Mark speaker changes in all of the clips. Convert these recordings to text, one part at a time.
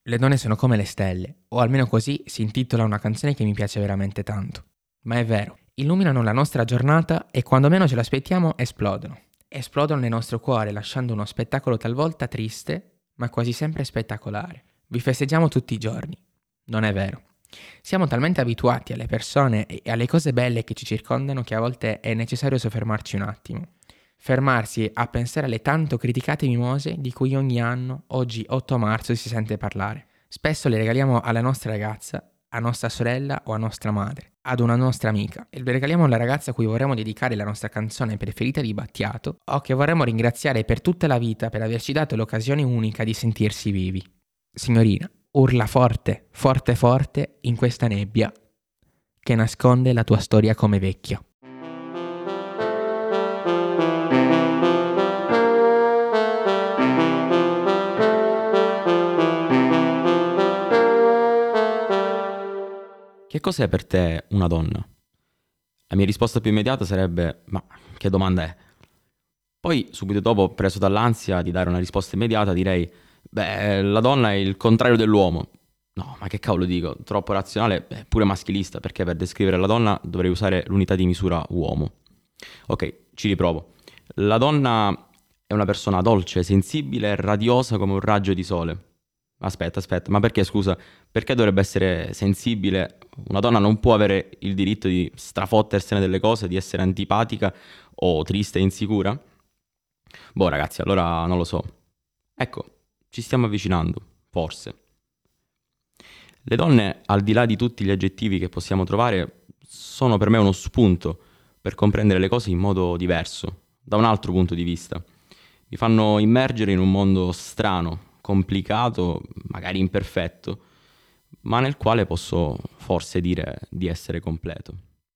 Speaker 1: Le donne sono come le stelle, o almeno così si intitola una canzone che mi piace veramente tanto. Ma è vero, illuminano la nostra giornata e quando meno ce l'aspettiamo esplodono. Esplodono nel nostro cuore lasciando uno spettacolo talvolta triste, ma quasi sempre spettacolare. Vi festeggiamo tutti i giorni. Non è vero. Siamo talmente abituati alle persone e alle cose belle che ci circondano che a volte è necessario soffermarci un attimo. Fermarsi a pensare alle tanto criticate mimose di cui ogni anno, oggi 8 marzo, si sente parlare. Spesso le regaliamo alla nostra ragazza, a nostra sorella o a nostra madre, ad una nostra amica. E le regaliamo alla ragazza a cui vorremmo dedicare la nostra canzone preferita di Battiato o che vorremmo ringraziare per tutta la vita per averci dato l'occasione unica di sentirsi vivi. Signorina, urla forte, forte forte in questa nebbia che nasconde la tua storia come vecchio.
Speaker 2: Che cos'è per te una donna? La mia risposta più immediata sarebbe: ma che domanda è? Poi, subito dopo, preso dall'ansia di dare una risposta immediata, direi: beh, la donna è il contrario dell'uomo. No, ma che cavolo dico? Troppo razionale, pure maschilista, perché per descrivere la donna dovrei usare l'unità di misura uomo. Ok, ci riprovo. La donna è una persona dolce, sensibile e radiosa come un raggio di sole. Aspetta, ma perché, scusa? Perché dovrebbe essere sensibile? Una donna non può avere il diritto di strafottersene delle cose, di essere antipatica o triste e insicura? Boh, ragazzi, allora non lo so. Ecco, ci stiamo avvicinando, forse. Le donne, al di là di tutti gli aggettivi che possiamo trovare, sono per me uno spunto per comprendere le cose in modo diverso, da un altro punto di vista. Mi fanno immergere in un mondo strano, complicato, magari imperfetto, ma nel quale posso forse dire di essere completo.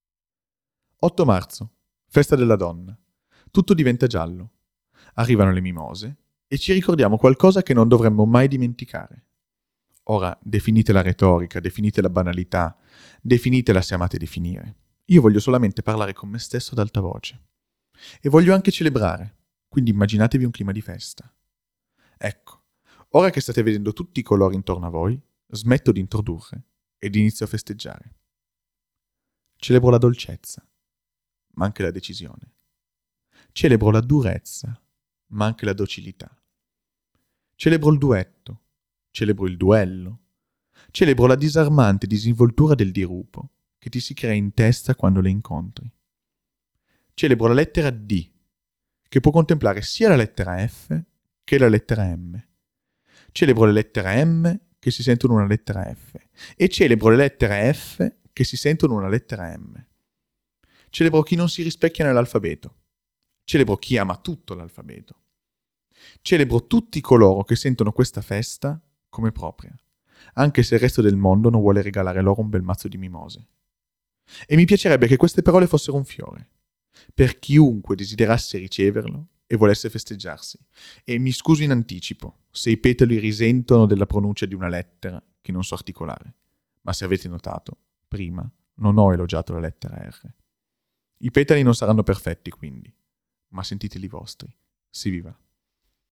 Speaker 3: 8 marzo, festa della donna. Tutto diventa giallo. Arrivano le mimose e ci ricordiamo qualcosa che non dovremmo mai dimenticare. Ora, definite la retorica, definite la banalità, definitela se amate definire. Io voglio solamente parlare con me stesso ad alta voce. E voglio anche celebrare, quindi immaginatevi un clima di festa. Ecco, ora che state vedendo tutti i colori intorno a voi, smetto di introdurre ed inizio a festeggiare. Celebro la dolcezza, ma anche la decisione. Celebro la durezza, ma anche la docilità. Celebro il duetto, celebro il duello, celebro la disarmante disinvoltura del dirupo che ti si crea in testa quando le incontri. Celebro la lettera D, che può contemplare sia la lettera F che la lettera M. Celebro le lettere M che si sentono una lettera F e celebro le lettere F che si sentono una lettera M. Celebro chi non si rispecchia nell'alfabeto. Celebro chi ama tutto l'alfabeto. Celebro tutti coloro che sentono questa festa come propria, anche se il resto del mondo non vuole regalare loro un bel mazzo di mimose. E mi piacerebbe che queste parole fossero un fiore, per chiunque desiderasse riceverlo e volesse festeggiarsi. E mi scuso in anticipo se i petali risentono della pronuncia di una lettera che non so articolare, ma se avete notato, prima non ho elogiato la lettera R. I petali non saranno perfetti quindi, ma sentiteli vostri. Si viva.